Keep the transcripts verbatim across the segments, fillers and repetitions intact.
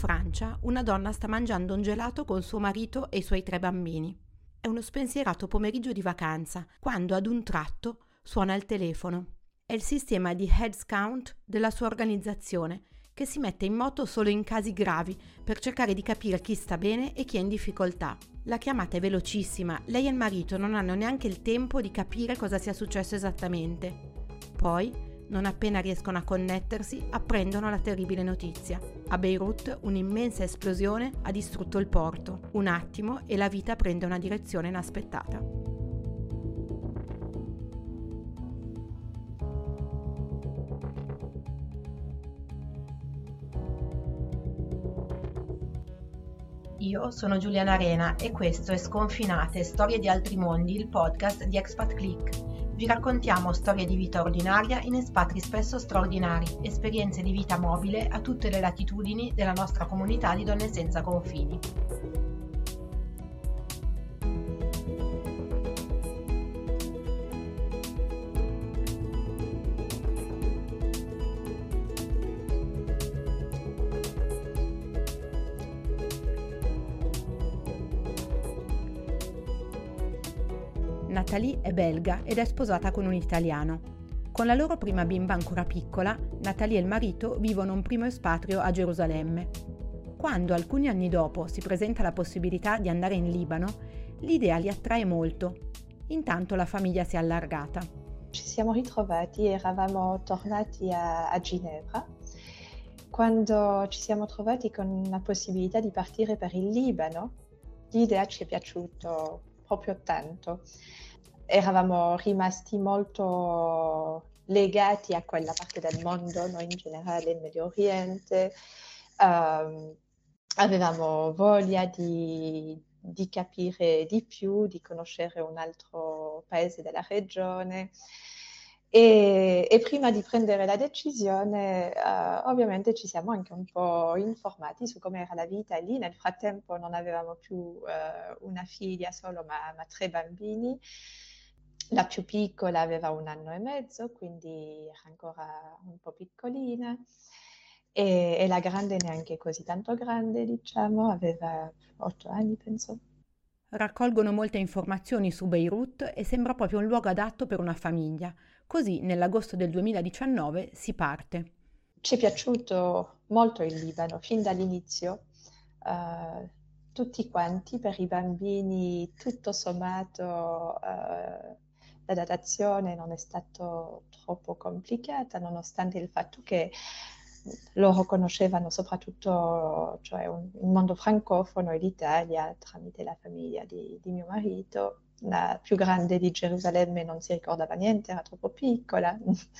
Francia, una donna sta mangiando un gelato con suo marito e i suoi tre bambini. È uno spensierato pomeriggio di vacanza, quando ad un tratto suona il telefono. È il sistema di heads count della sua organizzazione, che si mette in moto solo in casi gravi per cercare di capire chi sta bene e chi è in difficoltà. La chiamata è velocissima, lei e il marito non hanno neanche il tempo di capire cosa sia successo esattamente. Poi, non appena riescono a connettersi, apprendono la terribile notizia. A Beirut un'immensa esplosione ha distrutto il porto. Un attimo e la vita prende una direzione inaspettata. Io sono Giuliana Arena e questo è Sconfinate, Storie di altri mondi, il podcast di Expat Click. Vi raccontiamo storie di vita ordinaria in espatri spesso straordinari, esperienze di vita mobile a tutte le latitudini della nostra comunità di donne senza confini. Nathalie è belga ed è sposata con un italiano. Con la loro prima bimba ancora piccola, Nathalie e il marito vivono un primo espatrio a Gerusalemme. Quando alcuni anni dopo si presenta la possibilità di andare in Libano, l'idea li attrae molto. Intanto la famiglia si è allargata. Ci siamo ritrovati, eravamo tornati a, a Ginevra. Quando ci siamo trovati con la possibilità di partire per il Libano, l'idea ci è piaciuta proprio tanto. Eravamo rimasti molto legati a quella parte del mondo, noi in generale in Medio Oriente, um, avevamo voglia di, di capire di più, di conoscere un altro paese della regione e, e prima di prendere la decisione uh, ovviamente ci siamo anche un po' informati su come era la vita lì. Nel frattempo non avevamo più uh, una figlia solo ma, ma tre bambini. La più piccola aveva un anno e mezzo, quindi era ancora un po' piccolina, e, e la grande neanche così tanto grande, diciamo, aveva otto anni, penso. Raccolgono molte informazioni su Beirut e sembra proprio un luogo adatto per una famiglia. Così, nell'agosto del duemiladiciannove, si parte. Ci è piaciuto molto il Libano, fin dall'inizio. Uh, tutti quanti, per i bambini, tutto sommato, uh, l'adattazione non è stata troppo complicata, nonostante il fatto che loro conoscevano soprattutto, cioè, un, il mondo francofono e l'Italia tramite la famiglia di, di mio marito. La più grande di Gerusalemme non si ricordava niente, era troppo piccola.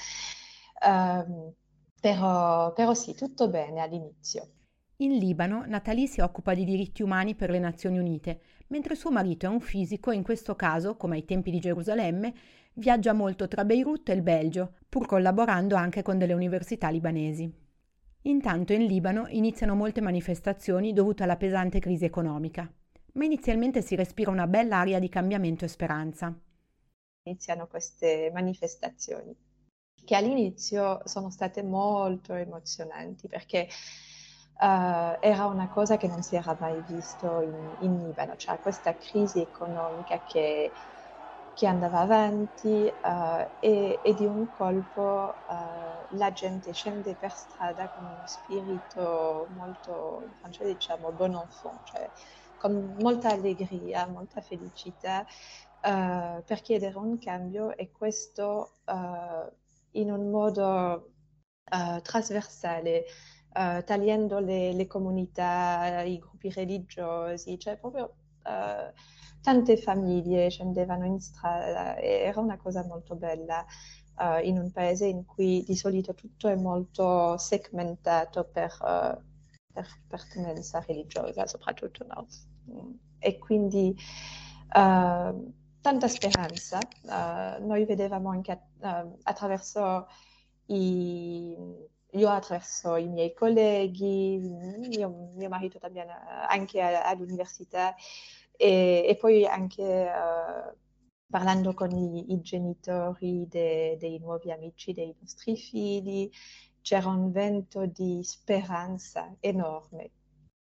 um, però, però sì, tutto bene all'inizio. In Libano, Nathalie si occupa di diritti umani per le Nazioni Unite, mentre suo marito è un fisico e in questo caso, come ai tempi di Gerusalemme, viaggia molto tra Beirut e il Belgio, pur collaborando anche con delle università libanesi. Intanto in Libano iniziano molte manifestazioni dovute alla pesante crisi economica, ma inizialmente si respira una bella aria di cambiamento e speranza. Iniziano queste manifestazioni che all'inizio sono state molto emozionanti perché Uh, era una cosa che non si era mai visto in, in Libano, cioè questa crisi economica che, che andava avanti uh, e, e di un colpo uh, la gente scende per strada con uno spirito molto, in francese diciamo bon enfant, cioè con molta allegria, molta felicità uh, per chiedere un cambio, e questo uh, in un modo uh, trasversale. Uh, tagliendo le, le comunità, i gruppi religiosi, cioè proprio uh, tante famiglie scendevano in strada e era una cosa molto bella uh, in un paese in cui di solito tutto è molto segmentato per, uh, per pertinenza religiosa soprattutto, no? E quindi uh, tanta speranza. Uh, noi vedevamo anche uh, attraverso i io attraverso i miei colleghi, mio, mio marito también, anche all'università, e, e poi anche uh, parlando con i, i genitori de, dei nuovi amici dei nostri figli, c'era un vento di speranza enorme.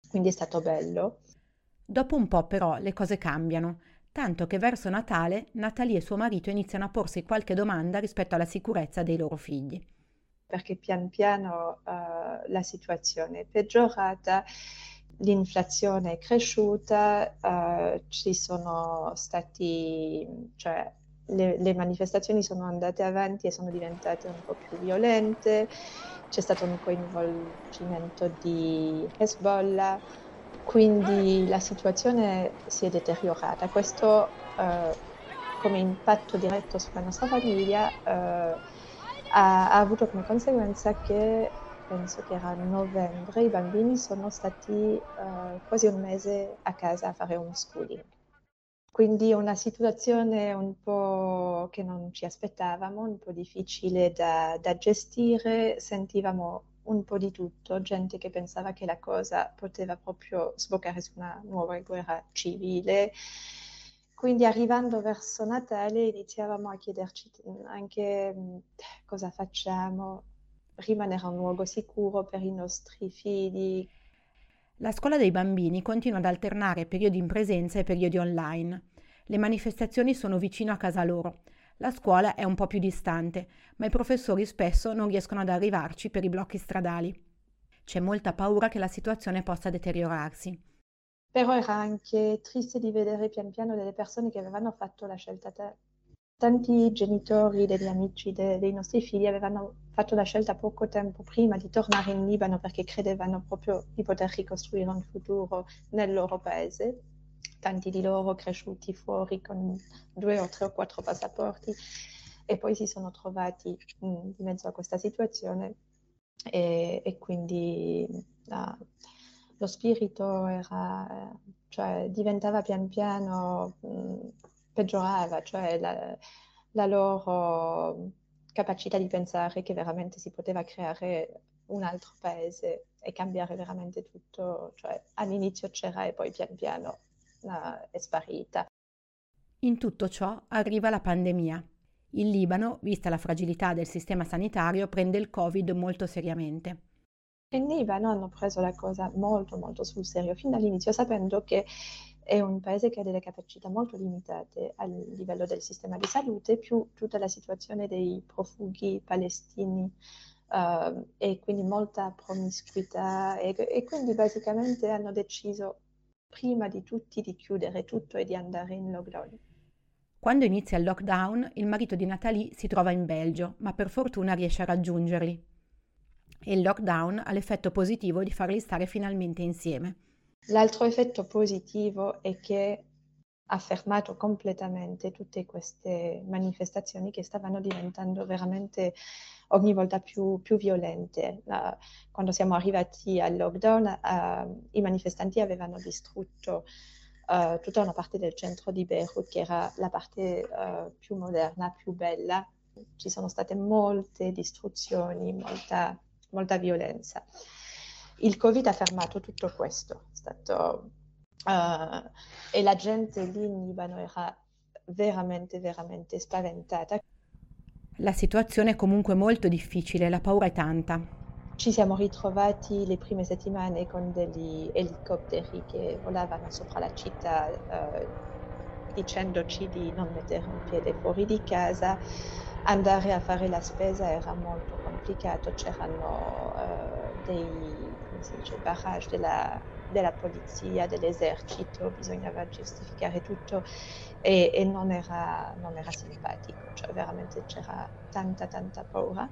quindi è stato bello. Dopo un po' però le cose cambiano, tanto che verso Natale Natalie e suo marito iniziano a porsi qualche domanda rispetto alla sicurezza dei loro figli. Perché pian piano eh, la situazione è peggiorata, l'inflazione è cresciuta, eh, ci sono stati, cioè le, le manifestazioni sono andate avanti e sono diventate un po' più violente, c'è stato un coinvolgimento di Hezbollah, quindi la situazione si è deteriorata. Questo eh, come impatto diretto sulla nostra famiglia eh, ha, ha avuto come conseguenza che penso che era a novembre, i bambini sono stati eh, quasi un mese a casa a fare homeschooling. Quindi una situazione un po' che non ci aspettavamo, un po' difficile da, da gestire, sentivamo un po' di tutto, gente che pensava che la cosa poteva proprio sboccare su una nuova guerra civile. Quindi arrivando verso Natale iniziavamo a chiederci anche mh, cosa facciamo, rimanere un luogo sicuro per i nostri figli. La scuola dei bambini continua ad alternare periodi in presenza e periodi online. Le manifestazioni sono vicino a casa loro. La scuola è un po' più distante, ma i professori spesso non riescono ad arrivarci per i blocchi stradali. C'è molta paura che la situazione possa deteriorarsi. Però era anche triste di vedere pian piano delle persone che avevano fatto la scelta. ta- Tanti genitori degli amici de- dei nostri figli avevano fatto la scelta poco tempo prima di tornare in Libano perché credevano proprio di poter ricostruire un futuro nel loro paese. Tanti di loro cresciuti fuori con due o tre o quattro passaporti e poi si sono trovati mh, in mezzo a questa situazione e, e quindi ah, lo spirito era, cioè, diventava pian piano, mh, peggiorava, cioè la, la loro capacità di pensare che veramente si poteva creare un altro paese e cambiare veramente tutto, cioè all'inizio c'era e poi pian piano uh, è sparita. In tutto ciò arriva la pandemia. Il Libano, vista la fragilità del sistema sanitario, prende il Covid molto seriamente. In Libano hanno preso la cosa molto molto sul serio fin dall'inizio, sapendo che è un paese che ha delle capacità molto limitate a livello del sistema di salute, più tutta la situazione dei profughi palestini uh, e quindi molta promiscuità e, e quindi basicamente hanno deciso prima di tutti di chiudere tutto e di andare in lockdown. Quando inizia il lockdown, il marito di Nathalie si trova in Belgio, ma per fortuna riesce a raggiungerli. E il lockdown ha l'effetto positivo di farli stare finalmente insieme. L'altro effetto positivo è che ha fermato completamente tutte queste manifestazioni che stavano diventando veramente ogni volta più, più violente. Uh, quando siamo arrivati al lockdown, uh, i manifestanti avevano distrutto uh, tutta una parte del centro di Beirut, che era la parte uh, più moderna, più bella. Ci sono state molte distruzioni, molta, molta violenza. Il Covid ha fermato tutto questo, è stato, uh, e la gente lì in Libano era veramente, veramente spaventata. La situazione è comunque molto difficile, la paura è tanta. Ci siamo ritrovati le prime settimane con degli elicotteri che volavano sopra la città eh, dicendoci di non mettere un piede fuori di casa. Andare a fare la spesa era molto complicato, c'erano eh, dei, come si dice, barrage della, della polizia, dell'esercito, bisognava giustificare tutto e, e non era, non era simpatico, cioè veramente c'era tanta tanta paura.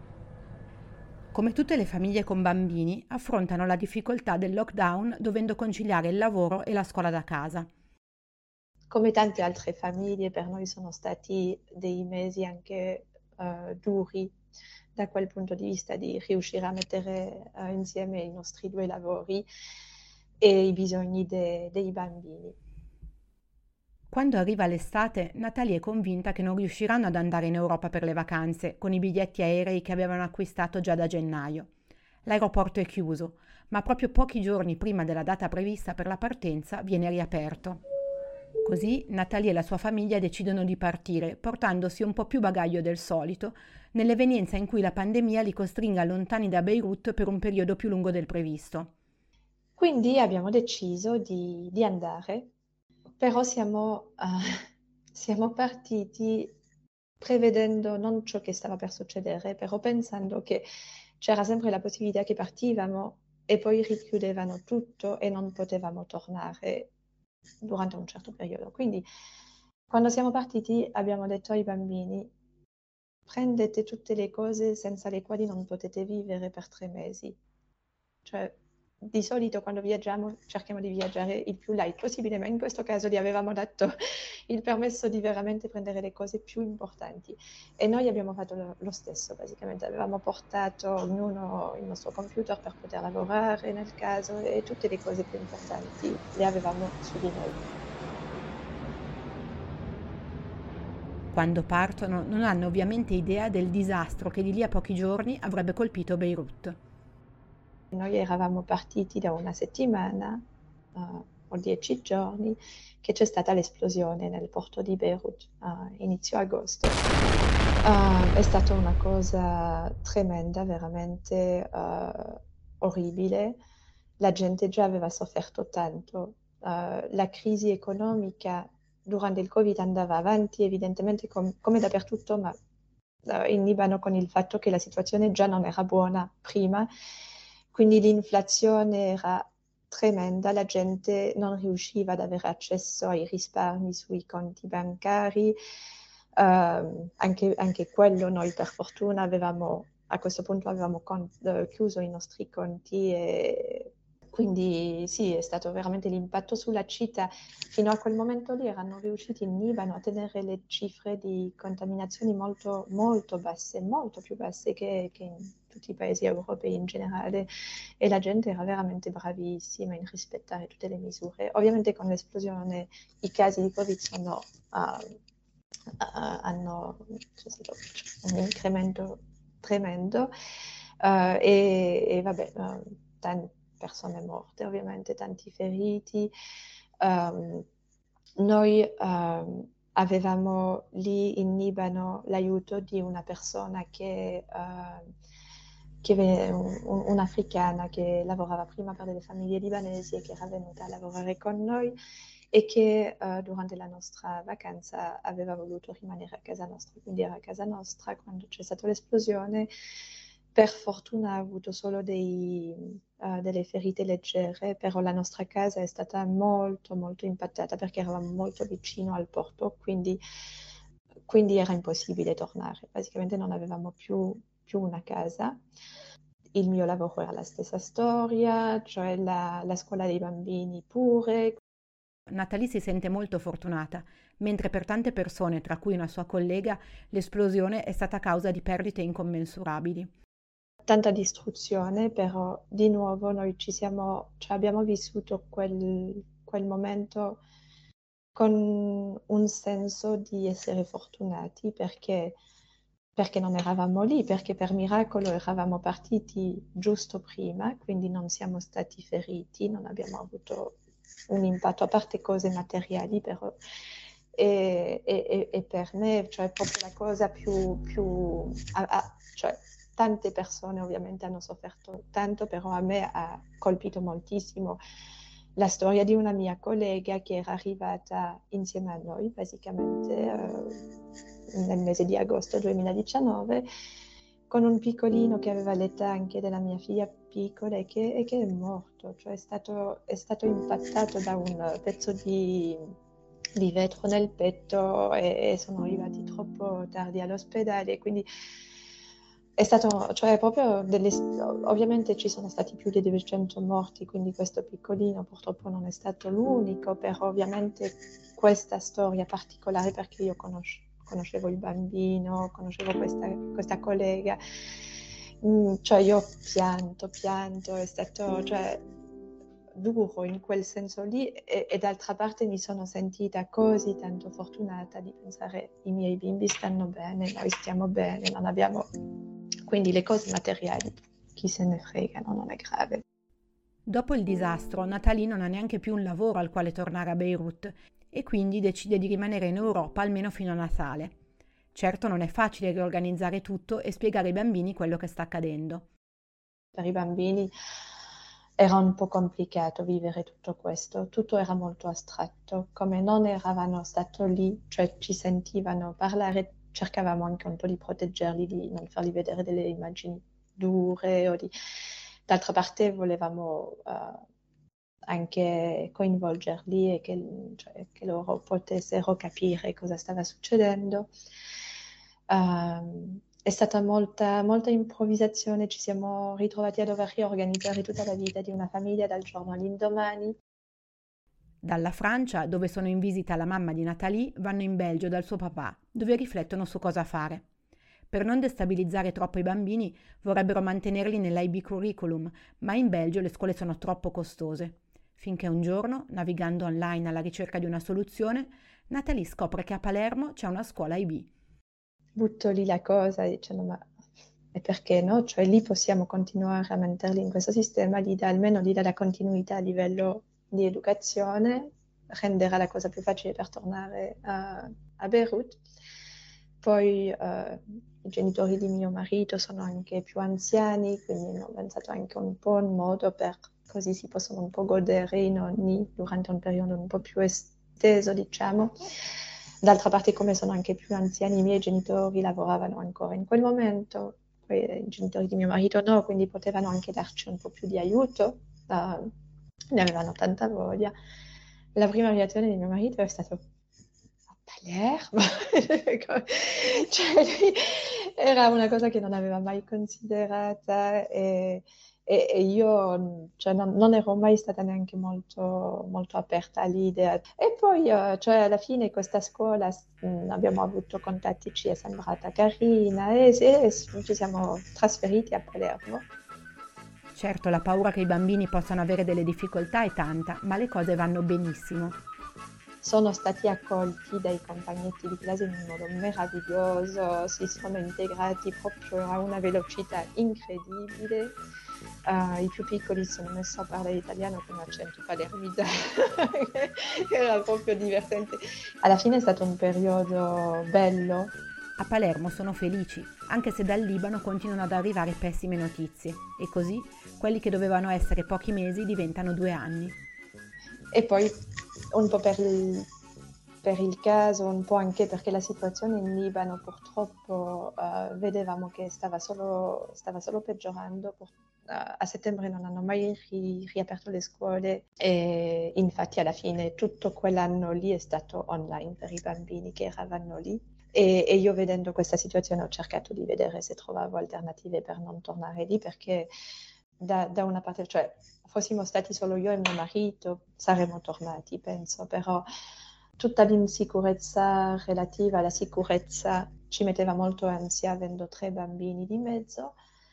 Come tutte le famiglie con bambini, affrontano la difficoltà del lockdown dovendo conciliare il lavoro e la scuola da casa. Come tante altre famiglie, per noi sono stati dei mesi anche uh, duri da quel punto di vista di riuscire a mettere uh, insieme i nostri due lavori e i bisogni de- dei bambini. Quando arriva l'estate, Natalie è convinta che non riusciranno ad andare in Europa per le vacanze con i biglietti aerei che avevano acquistato già da gennaio. L'aeroporto è chiuso, ma proprio pochi giorni prima della data prevista per la partenza viene riaperto. Così Natalie e la sua famiglia decidono di partire, portandosi un po' più bagaglio del solito, nell'evenienza in cui la pandemia li costringa lontani da Beirut per un periodo più lungo del previsto. Quindi abbiamo deciso di, di andare, però siamo, eh, siamo partiti prevedendo non ciò che stava per succedere, però pensando che c'era sempre la possibilità che partivamo e poi richiudevano tutto e non potevamo tornare durante un certo periodo. Quindi quando siamo partiti abbiamo detto ai bambini: prendete tutte le cose senza le quali non potete vivere per tre mesi. Cioè, di solito quando viaggiamo cerchiamo di viaggiare il più light possibile, ma in questo caso gli avevamo dato il permesso di veramente prendere le cose più importanti. E noi abbiamo fatto lo, lo stesso, basicamente. Avevamo portato ognuno il nostro computer per poter lavorare nel caso e tutte le cose più importanti le avevamo su di noi. Quando partono non hanno ovviamente idea del disastro che di lì a pochi giorni avrebbe colpito Beirut. Noi eravamo partiti da una settimana uh, o dieci giorni che c'è stata l'esplosione nel porto di Beirut a uh, inizio agosto. Uh, è stata una cosa tremenda, veramente uh, orribile. La gente già aveva sofferto tanto. Uh, la crisi economica durante il Covid andava avanti, evidentemente com- come dappertutto, ma uh, in Libano con il fatto che la situazione già non era buona prima. Quindi l'inflazione era tremenda, la gente non riusciva ad avere accesso ai risparmi sui conti bancari, uh, anche, anche quello noi per fortuna avevamo, a questo punto avevamo con, uh, chiuso i nostri conti e quindi sì, è stato veramente l'impatto sulla città. Fino a quel momento lì erano riusciti in Libano a tenere le cifre di contaminazioni molto, molto basse, molto più basse che, che in tutti i paesi europei in generale, e la gente era veramente bravissima in rispettare tutte le misure. Ovviamente con l'esplosione i casi di Covid sono, uh, uh, hanno, c'è stato un incremento tremendo uh, e, e vabbè, uh, tanti persone morte, ovviamente tanti feriti. Um, noi um, avevamo lì in Libano l'aiuto di una persona che, uh, che un, un, un'africana che lavorava prima per delle famiglie libanesi e che era venuta a lavorare con noi e che uh, durante la nostra vacanza aveva voluto rimanere a casa nostra, quindi era a casa nostra quando c'è stata l'esplosione. Per fortuna ha avuto solo dei, uh, delle ferite leggere, però la nostra casa è stata molto molto impattata perché eravamo molto vicino al porto, quindi, quindi era impossibile tornare. Basicamente non avevamo più, più una casa. Il mio lavoro era la stessa storia, cioè la, la scuola dei bambini pure. Natalie si sente molto fortunata, mentre per tante persone, tra cui una sua collega, l'esplosione è stata causa di perdite incommensurabili. Tanta distruzione, però di nuovo noi ci siamo, cioè abbiamo vissuto quel, quel momento con un senso di essere fortunati perché, perché non eravamo lì, perché per miracolo eravamo partiti giusto prima, quindi non siamo stati feriti, non abbiamo avuto un impatto, a parte cose materiali, però e, e, e per me, cioè, proprio la cosa più, più a, a, cioè, tante persone ovviamente hanno sofferto tanto, però a me ha colpito moltissimo la storia di una mia collega che era arrivata insieme a noi, basicamente, eh, nel mese di agosto duemiladiciannove, con un piccolino che aveva l'età anche della mia figlia piccola e che, e che è morto, cioè è stato, è stato impattato da un pezzo di, di vetro nel petto e, e sono arrivati troppo tardi all'ospedale, quindi è stato, cioè proprio delle, ovviamente ci sono stati più di duecento morti, quindi questo piccolino purtroppo non è stato l'unico, però ovviamente questa storia particolare perché io conosco, conoscevo il bambino, conoscevo questa, questa collega, mm, cioè io ho pianto, pianto, è stato, cioè, duro in quel senso lì e, e d'altra parte mi sono sentita così tanto fortunata di pensare i miei bimbi stanno bene, noi stiamo bene, non abbiamo... Quindi le cose materiali, chi se ne fregano, non è grave. Dopo il disastro, Natalie non ha neanche più un lavoro al quale tornare a Beirut e quindi decide di rimanere in Europa almeno fino a Natale. Certo non è facile riorganizzare tutto e spiegare ai bambini quello che sta accadendo. Per i bambini era un po' complicato vivere tutto questo, tutto era molto astratto, come non eravamo stato lì, cioè ci sentivano parlare, cercavamo anche un po' di proteggerli, di non fargli vedere delle immagini dure o di... D'altra parte volevamo uh, anche coinvolgerli e che, cioè, che loro potessero capire cosa stava succedendo. Um, è stata molta, molta improvvisazione, ci siamo ritrovati a dover riorganizzare tutta la vita di una famiglia dal giorno all'indomani. Dalla Francia, dove sono in visita la mamma di Nathalie, vanno in Belgio dal suo papà, dove riflettono su cosa fare. Per non destabilizzare troppo i bambini, vorrebbero mantenerli nell'I B curriculum, ma in Belgio le scuole sono troppo costose. Finché un giorno, navigando online alla ricerca di una soluzione, Nathalie scopre che a Palermo c'è una scuola I B. Butto lì la cosa dicendo ma e perché no? Cioè lì possiamo continuare a mantenerli in questo sistema, gli dà, almeno gli dà la continuità a livello di educazione, renderà la cosa più facile per tornare a, a Beirut. Poi eh, i genitori di mio marito sono anche più anziani, quindi ho pensato anche un po' un modo per così si possono un po' godere i nonni durante un periodo un po' più esteso, diciamo. D'altra parte, come sono anche più anziani, i miei genitori lavoravano ancora in quel momento, poi i genitori di mio marito no, quindi potevano anche darci un po' più di aiuto, uh, ne avevano tanta voglia. La prima reazione di mio marito è stata a Palermo? Cioè, lui, era una cosa che non aveva mai considerata e, e, e io cioè, non, non ero mai stata neanche molto, molto aperta all'idea. E poi eh, cioè, alla fine questa scuola mh, abbiamo avuto contatti, ci è sembrata carina e, e ci siamo trasferiti a Palermo. Certo, la paura che i bambini possano avere delle difficoltà è tanta, ma le cose vanno benissimo. Sono stati accolti dai compagnetti di classe in un modo meraviglioso, si sono integrati proprio a una velocità incredibile. Uh, I più piccoli si sono messi a parlare italiano con accento palermitano, era proprio divertente. Alla fine è stato un periodo bello. A Palermo sono felici, anche se dal Libano continuano ad arrivare pessime notizie, e così quelli che dovevano essere pochi mesi diventano due anni. E poi un po' per il, per il caso, un po' anche perché la situazione in Libano purtroppo uh, vedevamo che stava solo, stava solo peggiorando. Uh, a settembre non hanno mai ri- riaperto le scuole e infatti alla fine tutto quell'anno lì è stato online per i bambini che eravamo lì. E, e io vedendo questa situazione ho cercato di vedere se trovavo alternative per non tornare lì perché da, da una parte, cioè fossimo stati solo io e mio marito saremmo tornati, penso, però tutta l'insicurezza relativa alla sicurezza ci metteva molto ansia avendo tre bambini di mezzo,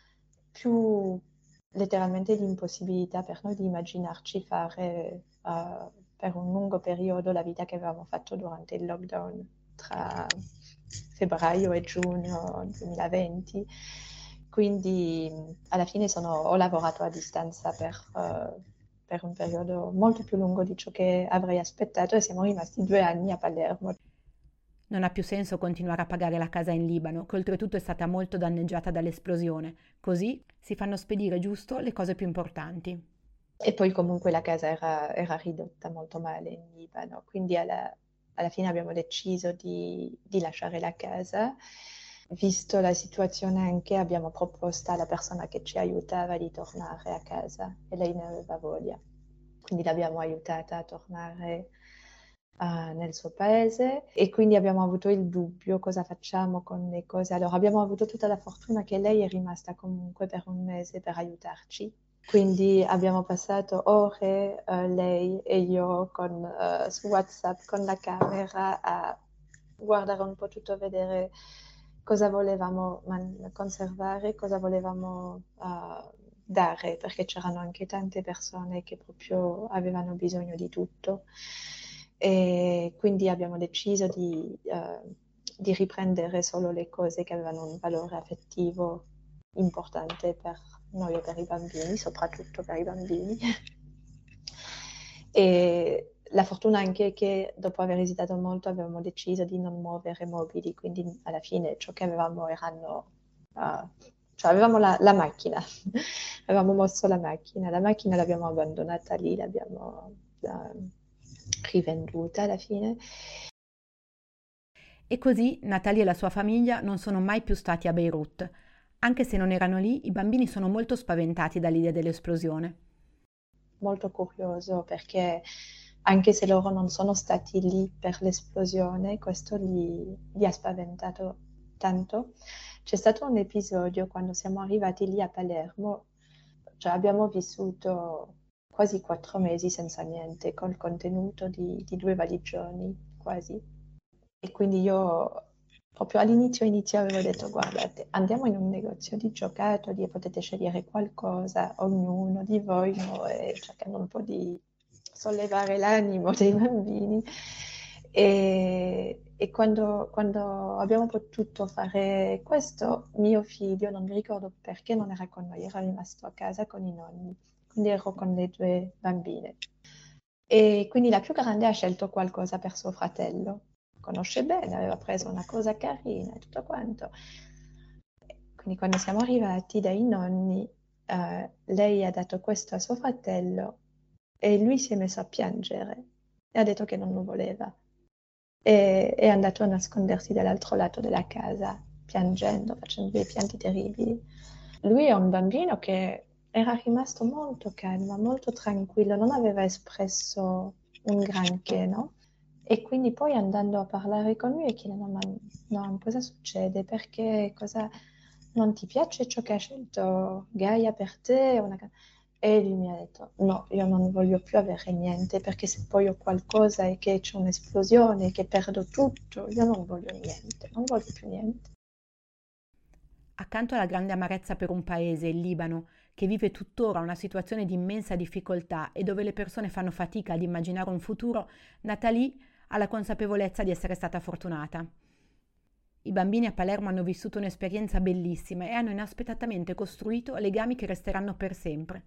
più letteralmente l'impossibilità per noi di immaginarci fare uh, per un lungo periodo la vita che avevamo fatto durante il lockdown tra febbraio e giugno duemilaventi. Quindi alla fine sono, ho lavorato a distanza per, uh, per un periodo molto più lungo di ciò che avrei aspettato e siamo rimasti due anni a Palermo. Non ha più senso continuare a pagare la casa in Libano, che oltretutto è stata molto danneggiata dall'esplosione. Così si fanno spedire giusto le cose più importanti. E poi comunque la casa era, era ridotta molto male in Libano, quindi alla, alla fine abbiamo deciso di, di lasciare la casa. Visto la situazione anche abbiamo proposto alla persona che ci aiutava di tornare a casa e lei ne aveva voglia. Quindi l'abbiamo aiutata a tornare uh, nel suo paese e quindi abbiamo avuto il dubbio cosa facciamo con le cose. Allora abbiamo avuto tutta la fortuna che lei è rimasta comunque per un mese per aiutarci. Quindi abbiamo passato ore, uh, lei e io, con, uh, su WhatsApp con la camera a guardare un po' tutto, vedere cosa volevamo man- conservare, cosa volevamo uh, dare, perché c'erano anche tante persone che proprio avevano bisogno di tutto. E quindi abbiamo deciso di, uh, di riprendere solo le cose che avevano un valore affettivo importante per noi e per i bambini, soprattutto per i bambini. E la fortuna anche è che dopo aver esitato molto avevamo deciso di non muovere mobili, quindi alla fine ciò che avevamo erano uh, cioè avevamo la, la macchina, avevamo mosso la macchina, la macchina l'abbiamo abbandonata lì, l'abbiamo la, rivenduta alla fine. E così Natalie e la sua famiglia non sono mai più stati a Beirut. Anche se non erano lì, i bambini sono molto spaventati dall'idea dell'esplosione. Molto curioso perché anche se loro non sono stati lì per l'esplosione, questo li, li ha spaventato tanto. C'è stato un episodio quando siamo arrivati lì a Palermo, cioè abbiamo vissuto quasi quattro mesi senza niente, col contenuto di, di due valigioni, quasi. E quindi io proprio all'inizio inizio avevo detto guardate, andiamo in un negozio di giocattoli e potete scegliere qualcosa, ognuno di voi, noi, cercando un po' di sollevare l'animo dei bambini. E, e quando, quando abbiamo potuto fare questo, mio figlio, non mi ricordo perché non era con noi, era rimasto a casa con i nonni, quindi ero con le due bambine. E quindi la più grande ha scelto qualcosa per suo fratello. Conosce bene, aveva preso una cosa carina e tutto quanto. Quindi quando siamo arrivati dai nonni, eh, lei ha dato questo a suo fratello e lui si è messo a piangere e ha detto che non lo voleva. E è andato a nascondersi dall'altro lato della casa, piangendo, facendo dei pianti terribili. Lui è un bambino che era rimasto molto calmo, molto tranquillo, non aveva espresso un granché, no? E quindi poi andando a parlare con lui e chiedendo ma no, cosa succede? Perché cosa non ti piace ciò che ha scelto Gaia per te? Una... E lui mi ha detto no, io non voglio più avere niente perché se poi ho qualcosa e che c'è un'esplosione, che perdo tutto, io non voglio niente, non voglio più niente. Accanto alla grande amarezza per un paese, il Libano, che vive tuttora una situazione di immensa difficoltà e dove le persone fanno fatica ad immaginare un futuro, Natalie ha la consapevolezza di essere stata fortunata. I bambini a Palermo hanno vissuto un'esperienza bellissima e hanno inaspettatamente costruito legami che resteranno per sempre.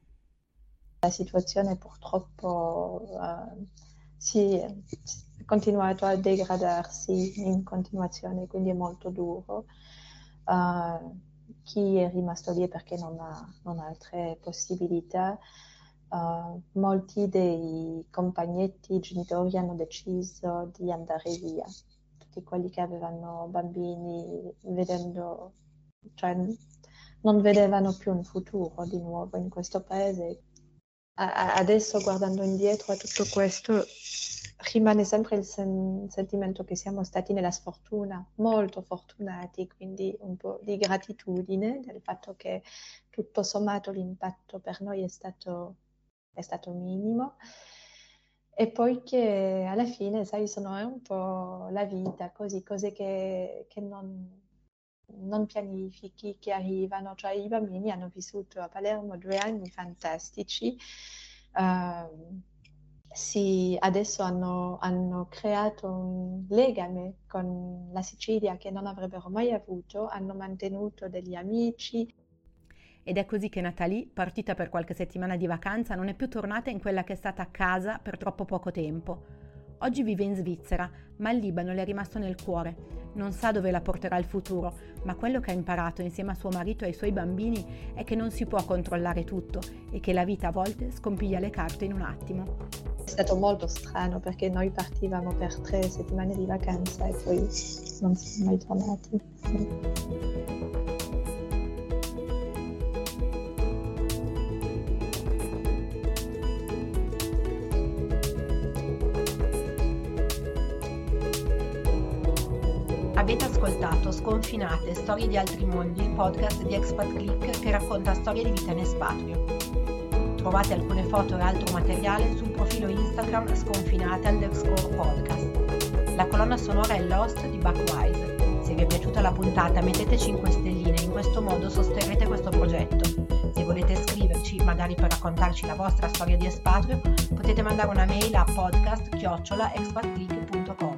La situazione purtroppo uh, si è continuato a degradarsi in continuazione, quindi è molto duro. Uh, chi è rimasto lì è perché non ha, non ha altre possibilità. Uh, molti dei compagnetti genitori hanno deciso di andare via. Tutti quelli che avevano bambini, vedendo, cioè, non vedevano più un futuro di nuovo in questo paese. A- adesso, guardando indietro a tutto questo, rimane sempre il sen- sentimento che siamo stati nella sfortuna, molto fortunati, quindi un po' di gratitudine del fatto che tutto sommato l'impatto per noi è stato, è stato minimo. E poi che alla fine, sai, sono è un po' la vita, così, cose che, che non, non pianifichi, che arrivano. Cioè i bambini hanno vissuto a Palermo due anni fantastici. Uh, sì, adesso hanno, hanno creato un legame con la Sicilia che non avrebbero mai avuto, hanno mantenuto degli amici. Ed è così che Natalie, partita per qualche settimana di vacanza, non è più tornata in quella che è stata casa per troppo poco tempo. Oggi vive in Svizzera, ma il Libano le è rimasto nel cuore. Non sa dove la porterà il futuro, ma quello che ha imparato insieme a suo marito e ai suoi bambini è che non si può controllare tutto e che la vita a volte scompiglia le carte in un attimo. È stato molto strano perché noi partivamo per tre settimane di vacanza e poi non siamo mai tornati. Avete ascoltato Sconfinate, storie di altri mondi, il podcast di Expat Click che racconta storie di vita in espatrio. Trovate alcune foto e altro materiale sul profilo Instagram sconfinate underscore podcast. La colonna sonora è Lost di Buckwise. Se vi è piaciuta la puntata mettete cinque stelline, in questo modo sosterrete questo progetto. Se volete scriverci, magari per raccontarci la vostra storia di espatrio, potete mandare una mail a podcast chiocciola expatclick punto com.